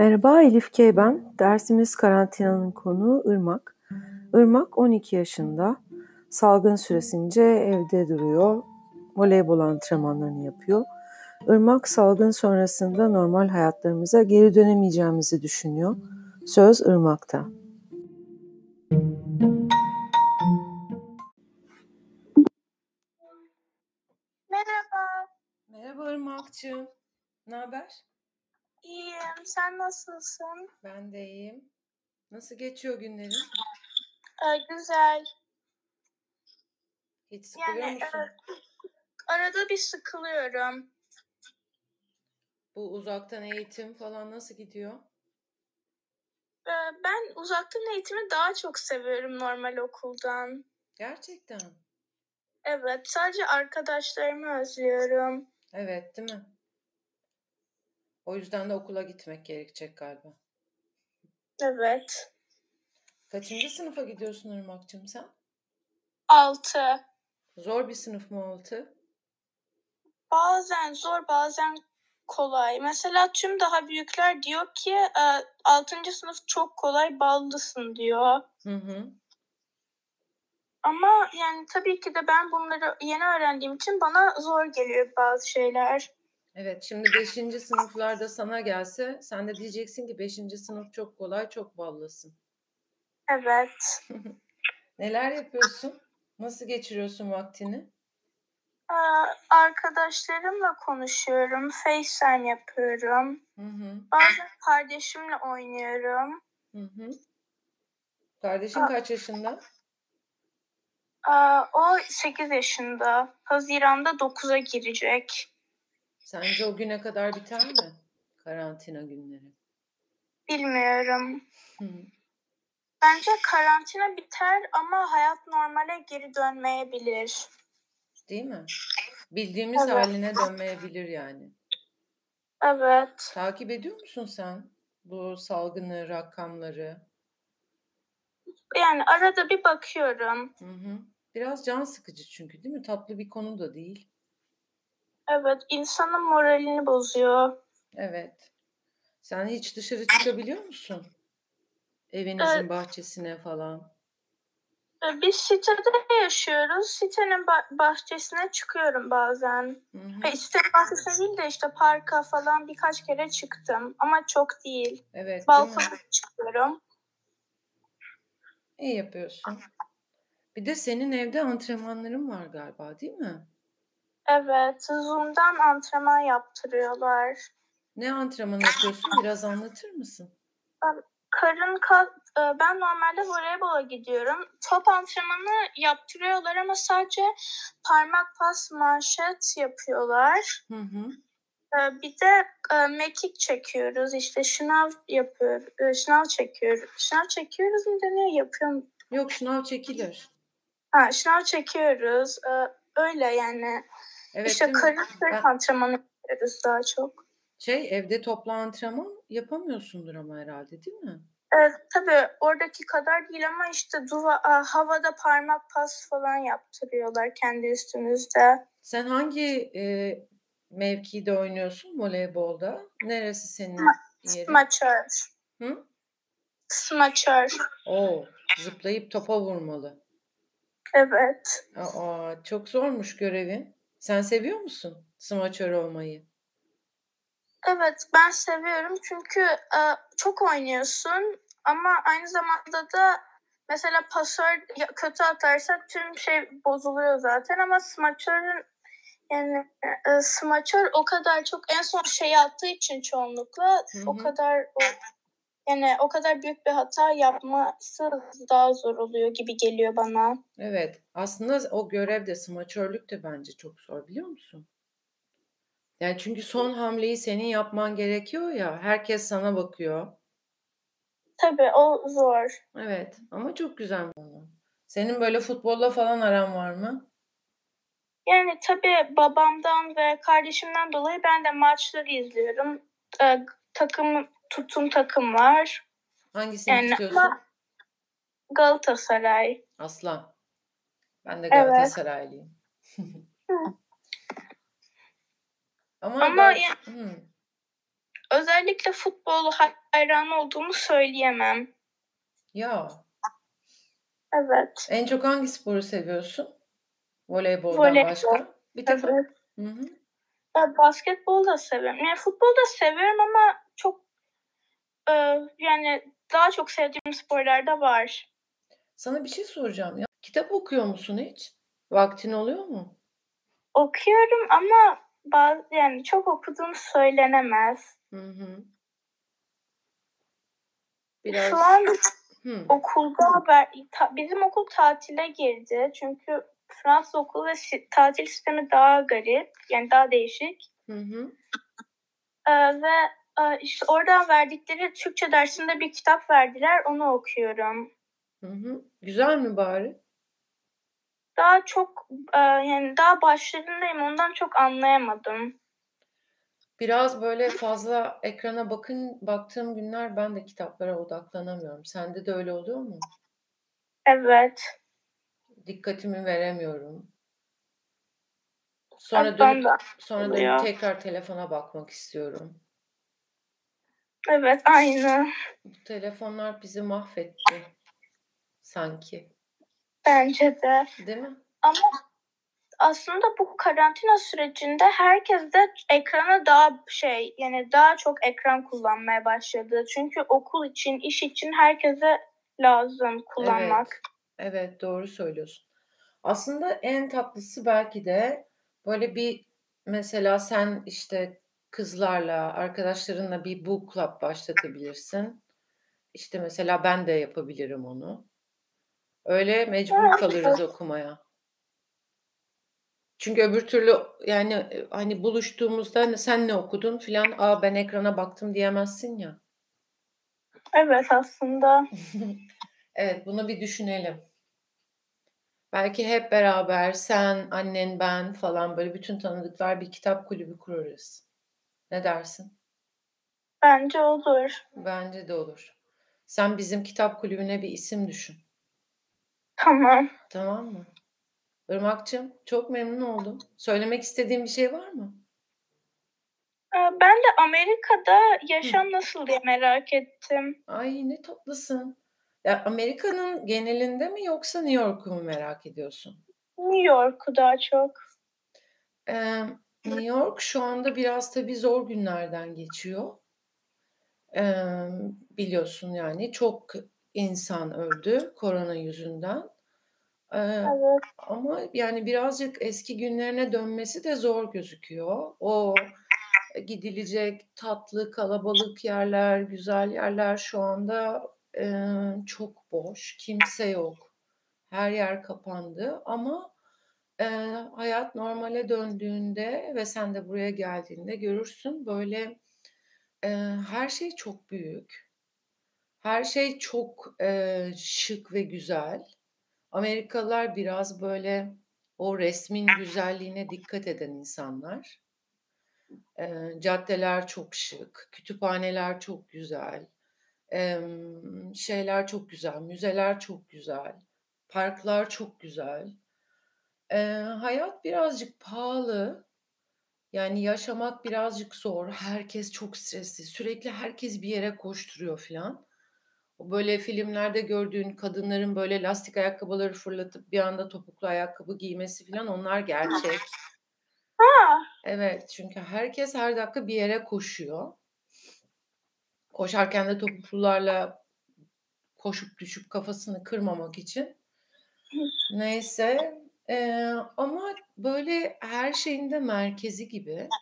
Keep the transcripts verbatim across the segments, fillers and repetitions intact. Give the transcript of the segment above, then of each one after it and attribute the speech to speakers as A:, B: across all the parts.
A: Merhaba, Elif K. ben. Dersimiz karantinanın konuğu Irmak. Irmak on iki yaşında. Salgın süresince evde duruyor. Voleybol antrenmanlarını yapıyor. Irmak salgın sonrasında normal hayatlarımıza geri dönemeyeceğimizi düşünüyor. Söz Irmak'ta.
B: Merhaba,
A: Merhaba Irmak'cığım. Ne haber?
B: iyiyim. Sen nasılsın?
A: Ben de iyiyim. Nasıl geçiyor günlerin?
B: Ee, güzel.
A: Hiç sıkılıyor
B: Yani
A: musun?
B: e, arada bir sıkılıyorum.
A: Bu uzaktan eğitim falan nasıl gidiyor?
B: Ee, ben uzaktan eğitimi daha çok seviyorum normal okuldan.
A: Gerçekten.
B: Evet, sadece arkadaşlarımı özlüyorum.
A: Evet, değil mi? O yüzden de okula gitmek gerekecek galiba.
B: Evet.
A: Kaçıncı sınıfa gidiyorsun Irmak'cığım sen?
B: Altı.
A: Zor bir sınıf mı altı?
B: Bazen zor, bazen kolay. Mesela tüm daha büyükler diyor ki e, altıncı sınıf çok kolay, ballısın diyor.
A: Hı hı.
B: Ama yani tabii ki de ben bunları yeni öğrendiğim için bana zor geliyor bazı şeyler.
A: Evet, şimdi beşinci sınıflarda sana gelse sen de diyeceksin ki beşinci sınıf çok kolay, çok ballısın.
B: Evet.
A: Neler yapıyorsun? Nasıl geçiriyorsun vaktini?
B: Ee, arkadaşlarımla konuşuyorum. FaceTime yapıyorum.
A: Hı hı.
B: Bazen kardeşimle oynuyorum.
A: Hı hı. Kardeşin
B: Aa,
A: kaç yaşında?
B: aa, o sekiz yaşında. Haziran'da dokuza girecek.
A: Sence o güne kadar biter mi? Karantina günleri.
B: Bilmiyorum.
A: Hı.
B: Bence karantina biter ama hayat normale geri dönmeyebilir.
A: Değil mi? Bildiğimiz
B: Evet.
A: haline dönmeyebilir yani.
B: Evet.
A: Takip ediyor musun sen bu salgını, rakamları?
B: Yani arada bir bakıyorum.
A: Hı hı. Biraz can sıkıcı çünkü değil mi? Tatlı bir konu da değil.
B: Evet, insanın moralini bozuyor.
A: Evet. Sen hiç dışarı çıkabiliyor musun?
B: Ee,
A: Evinizin bahçesine falan.
B: e, biz sitede yaşıyoruz. Sitenin ba- bahçesine çıkıyorum bazen.
A: Hı hı.
B: Ve sitenin bahçesine değil de işte parka falan birkaç kere çıktım. Ama çok değil.
A: Evet, değil mi?
B: Balkona çıkıyorum.
A: İyi yapıyorsun. Bir de senin evde antrenmanların var galiba, değil mi?
B: Evet, Zoom'dan antrenman yaptırıyorlar.
A: Ne antrenman yapıyorsun? Biraz anlatır mısın?
B: Ben, karın kas, e, ben normalde voleybola gidiyorum. Top antrenmanı yaptırıyorlar ama sadece parmak pas manşet yapıyorlar.
A: Hı hı.
B: Ee, Bir de e, mekik çekiyoruz. İşte şınav yapıyor, e, şınav çekiyoruz. Şınav çekiyoruz mu deniyor, yapıyor mu?
A: Yok, şınav çekilir.
B: Ha, şınav çekiyoruz. Ee, öyle yani.
A: Evet,
B: İşte
A: değil mi?
B: karın sırt
A: Ben
B: antrenmanı yapıyoruz daha çok.
A: şey evde toplu antrenman yapamıyorsundur ama herhalde, değil mi?
B: Evet, tabii oradaki kadar değil ama işte duva, a, havada parmak pas falan yaptırıyorlar kendi üstümüzde.
A: Sen hangi e, mevkide oynuyorsun voleybolda? Neresi senin
B: Ma-
A: yerin?
B: Smaçör.
A: Hı?
B: Smaçör.
A: Oo, zıplayıp topa vurmalı.
B: Evet.
A: Aa, çok zormuş görevin. Sen seviyor musun smaçör olmayı?
B: Evet, ben seviyorum çünkü e, çok oynuyorsun ama aynı zamanda da mesela pasör ya- kötü atarsak tüm şey bozuluyor zaten ama smaçörün yani e, smaçör o kadar çok en son şeyi attığı için çoğunlukla
A: Hı
B: o
A: hı.
B: kadar o, yani o kadar büyük bir hata yapması daha zor oluyor gibi geliyor bana.
A: Evet, aslında o görev de smaçörlük de bence çok zor biliyor musun? Yani çünkü son hamleyi senin yapman gerekiyor ya, herkes sana bakıyor.
B: Tabii o zor.
A: Evet, ama çok güzel. Senin böyle futbolla falan aran var mı?
B: Yani tabii babamdan ve kardeşimden dolayı ben de maçları izliyorum. Ee, takım tuttuğum takım var.
A: Hangisini
B: Yani
A: tutuyorsun?
B: ama Galatasaray.
A: Aslan. Ben de
B: Evet.
A: Galatasaraylıyım.
B: Hı.
A: Ama
B: Ama
A: Galatasaray...
B: yani, özellikle futbol hayranı olduğumu söyleyemem.
A: Ya.
B: Evet.
A: En çok hangi sporu seviyorsun? Voleyboldan
B: Voleybol.
A: başka? Bir tek
B: Evet.
A: Hı hı.
B: Ya, basketbolu da seviyorum. Yani futbolu da seviyorum ama çok e, yani daha çok sevdiğim sporlar da var.
A: Sana bir şey soracağım ya. Kitap okuyor musun hiç? Vaktin oluyor mu?
B: Okuyorum ama bazı yani çok okuduğum söylenemez.
A: Hı hı.
B: Biraz... Şu
A: Biraz
B: an
A: Hı.
B: okulda haber, ta, bizim okul tatile girdi. Çünkü Fransız okulu ve si, tatil sistemi daha garip. Yani daha değişik.
A: Hı hı.
B: Ee, ve e, işte oradan verdikleri Türkçe dersinde bir kitap verdiler. Onu okuyorum.
A: Hı hı. Güzel mi bari?
B: Daha çok e, yani daha başlarındayım. Ondan çok anlayamadım.
A: Biraz böyle fazla ekrana bakın baktığım günler ben de kitaplara odaklanamıyorum. Sende de öyle oluyor mu?
B: Evet.
A: Dikkatimi veremiyorum. Sonra
B: Evet, ben
A: dönüp
B: de
A: sonra dönüp
B: oluyor.
A: tekrar telefona bakmak istiyorum.
B: Evet, aynı.
A: Bu telefonlar bizi mahvetti sanki.
B: Bence de.
A: Değil mi?
B: Ama aslında bu karantina sürecinde herkes de ekrana daha şey yani daha çok ekran kullanmaya başladı. Çünkü okul için, iş için herkese lazım kullanmak.
A: Evet. Evet, doğru söylüyorsun. Aslında en tatlısı belki de böyle bir mesela sen işte kızlarla, arkadaşlarınla bir book club başlatabilirsin. İşte mesela ben de yapabilirim onu. Öyle mecbur kalırız okumaya. Çünkü öbür türlü yani, eee, hani, buluştuğumuzda "Sen ne okudun?" filan, "A, ben ekrana baktım." diyemezsin ya.
B: Evet, aslında.
A: Evet, bunu bir düşünelim. Belki hep beraber sen, annen, ben falan böyle bütün tanıdıklar bir kitap kulübü kurarız. Ne dersin?
B: Bence olur.
A: Bence de olur. Sen bizim kitap kulübüne bir isim düşün.
B: Tamam.
A: Tamam mı? Irmak'cığım, çok memnun oldum. Söylemek istediğin bir şey var mı?
B: Ee, Ben de Amerika'da
A: Hı.
B: yaşam nasıl diye merak ettim.
A: Ay, ne tatlısın. Ya, Amerika'nın genelinde mi yoksa New York'u mu merak ediyorsun?
B: New York'u daha çok.
A: Emm, New York şu anda biraz tabii zor günlerden geçiyor. Emm, biliyorsun yani çok insan öldü korona yüzünden. Eee,
B: Evet.
A: ama yani birazcık eski günlerine dönmesi de zor gözüküyor. O gidilecek tatlı, kalabalık yerler, güzel yerler şu anda, eee, çok boş, kimse yok. Her yer kapandı ama, eee, hayat normale döndüğünde ve sen de buraya geldiğinde görürsün, böyle, eee, her şey çok büyük. Her şey çok, eee, şık ve güzel. Amerikalılar biraz, böyle, o resmin güzelliğine dikkat eden insanlar. Eee, caddeler çok şık, kütüphaneler çok güzel, emm, şeyler çok güzel, müzeler çok güzel, parklar çok güzel. Eee, hayat birazcık pahalı, yani yaşamak birazcık zor. Herkes çok stresli, sürekli herkes bir yere koşturuyor filan. O böyle filmlerde gördüğün kadınların böyle lastik ayakkabıları fırlatıp bir anda topuklu ayakkabı giymesi filan onlar gerçek.
B: Ha,
A: Evet, çünkü herkes her dakika bir yere koşuyor. Koşarken de topuklularla koşup düşüp kafasını kırmamak için. Neyse, eee, ama böyle her şeyin de merkezi gibi.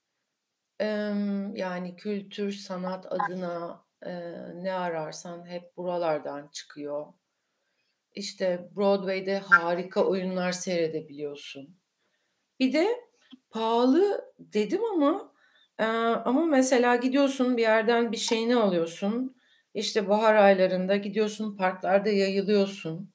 A: Emm, yani kültür, sanat adına, eee, ne ararsan hep buralardan çıkıyor. İşte Broadway'de harika oyunlar seyredebiliyorsun. Bir de pahalı dedim ama, eee, ama mesela gidiyorsun bir yerden bir şeyini alıyorsun. İşte bahar aylarında gidiyorsun parklarda yayılıyorsun.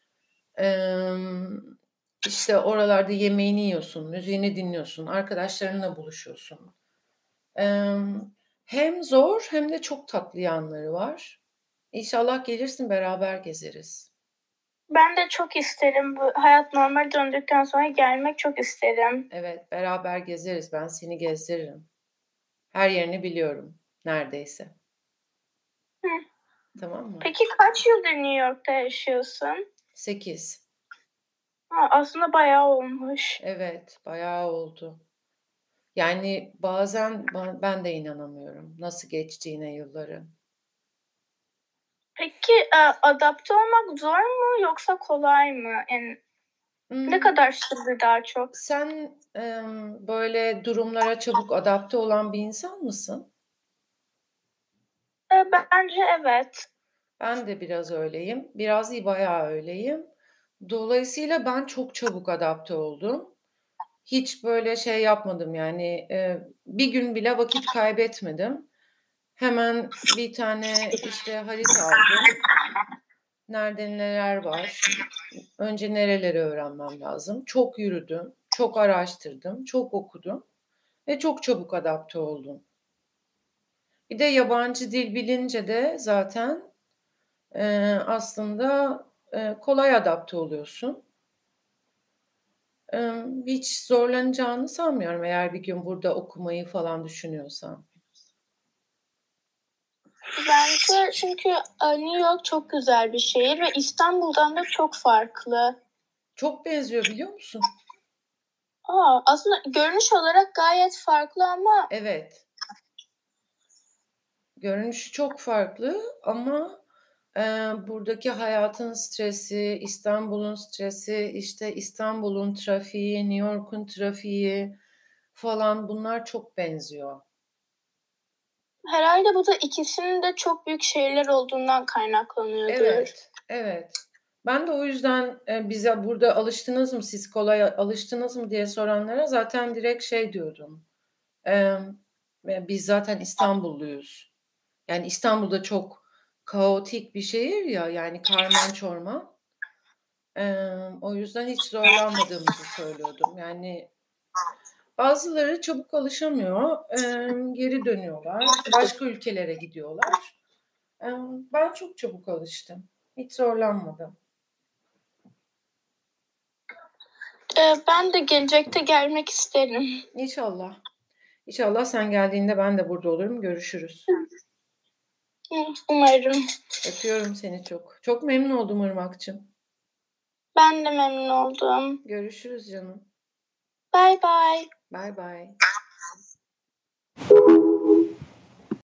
A: Emm, işte oralarda yemeğini yiyorsun, müziğini dinliyorsun, arkadaşlarınla buluşuyorsun. Emm, hem zor hem de çok tatlı yanları var. İnşallah gelirsin, beraber gezeriz.
B: ben de çok isterim. Bu hayat normal döndükten sonra gelmek çok isterim.
A: Evet, beraber gezeriz. Ben seni gezdiririm. Her yerini biliyorum. neredeyse.
B: Hı.
A: Tamam mı?
B: Peki kaç yıldır New York'ta yaşıyorsun?
A: sekiz.
B: Ha, aslında bayağı olmuş.
A: Evet, bayağı oldu. Yani bazen ba ben de inanamıyorum nasıl geçtiğine yılların.
B: Peki, eee, adapte olmak zor mu yoksa kolay mı? Yani ne
A: Imm,
B: kadar sürdü daha çok?
A: sen, emm, böyle durumlara çabuk adapte olan bir insan mısın?
B: Eee, bence evet.
A: Ben de biraz öyleyim. Biraz değil, bayağı öyleyim. Dolayısıyla ben çok çabuk adapte oldum. Hiç böyle şey yapmadım yani, eee, bir gün bile vakit kaybetmedim. Hemen bir tane, işte, harita aldım. Nerede neler var? Önce nereleri öğrenmem lazım? Çok yürüdüm, çok araştırdım, çok okudum ve çok çabuk adapte oldum. Bir de yabancı dil bilince de zaten, eee, aslında, eee, kolay adapte oluyorsun. Emm, hiç zorlanacağını sanmıyorum eğer bir gün burada okumayı falan düşünüyorsan.
B: Bence çünkü, eee, New York çok güzel bir şehir ve İstanbul'dan da çok farklı.
A: Çok benziyor biliyor musun?
B: A! Aslında görünüş olarak gayet farklı ama
A: Evet, görünüşü çok farklı ama, eee, buradaki hayatın stresi, İstanbul'un stresi, işte, İstanbul'un trafiği, New York'un trafiği falan bunlar çok benziyor.
B: herhâlde bu da ikisinin de çok büyük şehirler olduğundan kaynaklanıyordur.
A: Evet, evet. Ben de o yüzden, eee, bize burada alıştınız mı, siz kolaya alıştınız mı diye soranlara zaten direkt şey diyordum, emm, eee, biz zaten İstanbulluyuz. Yani İstanbul çok kaotik bir şehir ya, yani karman çorman. Emm, o yüzden hiç zorlanmadığımızı söylüyordum. Yani bazıları çabuk alışamıyor, emm, geri dönüyorlar, başka ülkelere gidiyorlar. Emm, ben çok çabuk alıştım. Hiç zorlanmadım.
B: Eee, ben de gelecekte gelmek isterim.
A: İnşallah. İnşallah sen geldiğinde ben de burada olurum. Görüşürüz.
B: Hı, umarım.
A: Öpüyorum seni çok. Çok memnun oldum Irmak'cığım.
B: Ben de memnun oldum.
A: Görüşürüz canım.
B: Baybay.
A: Baybay.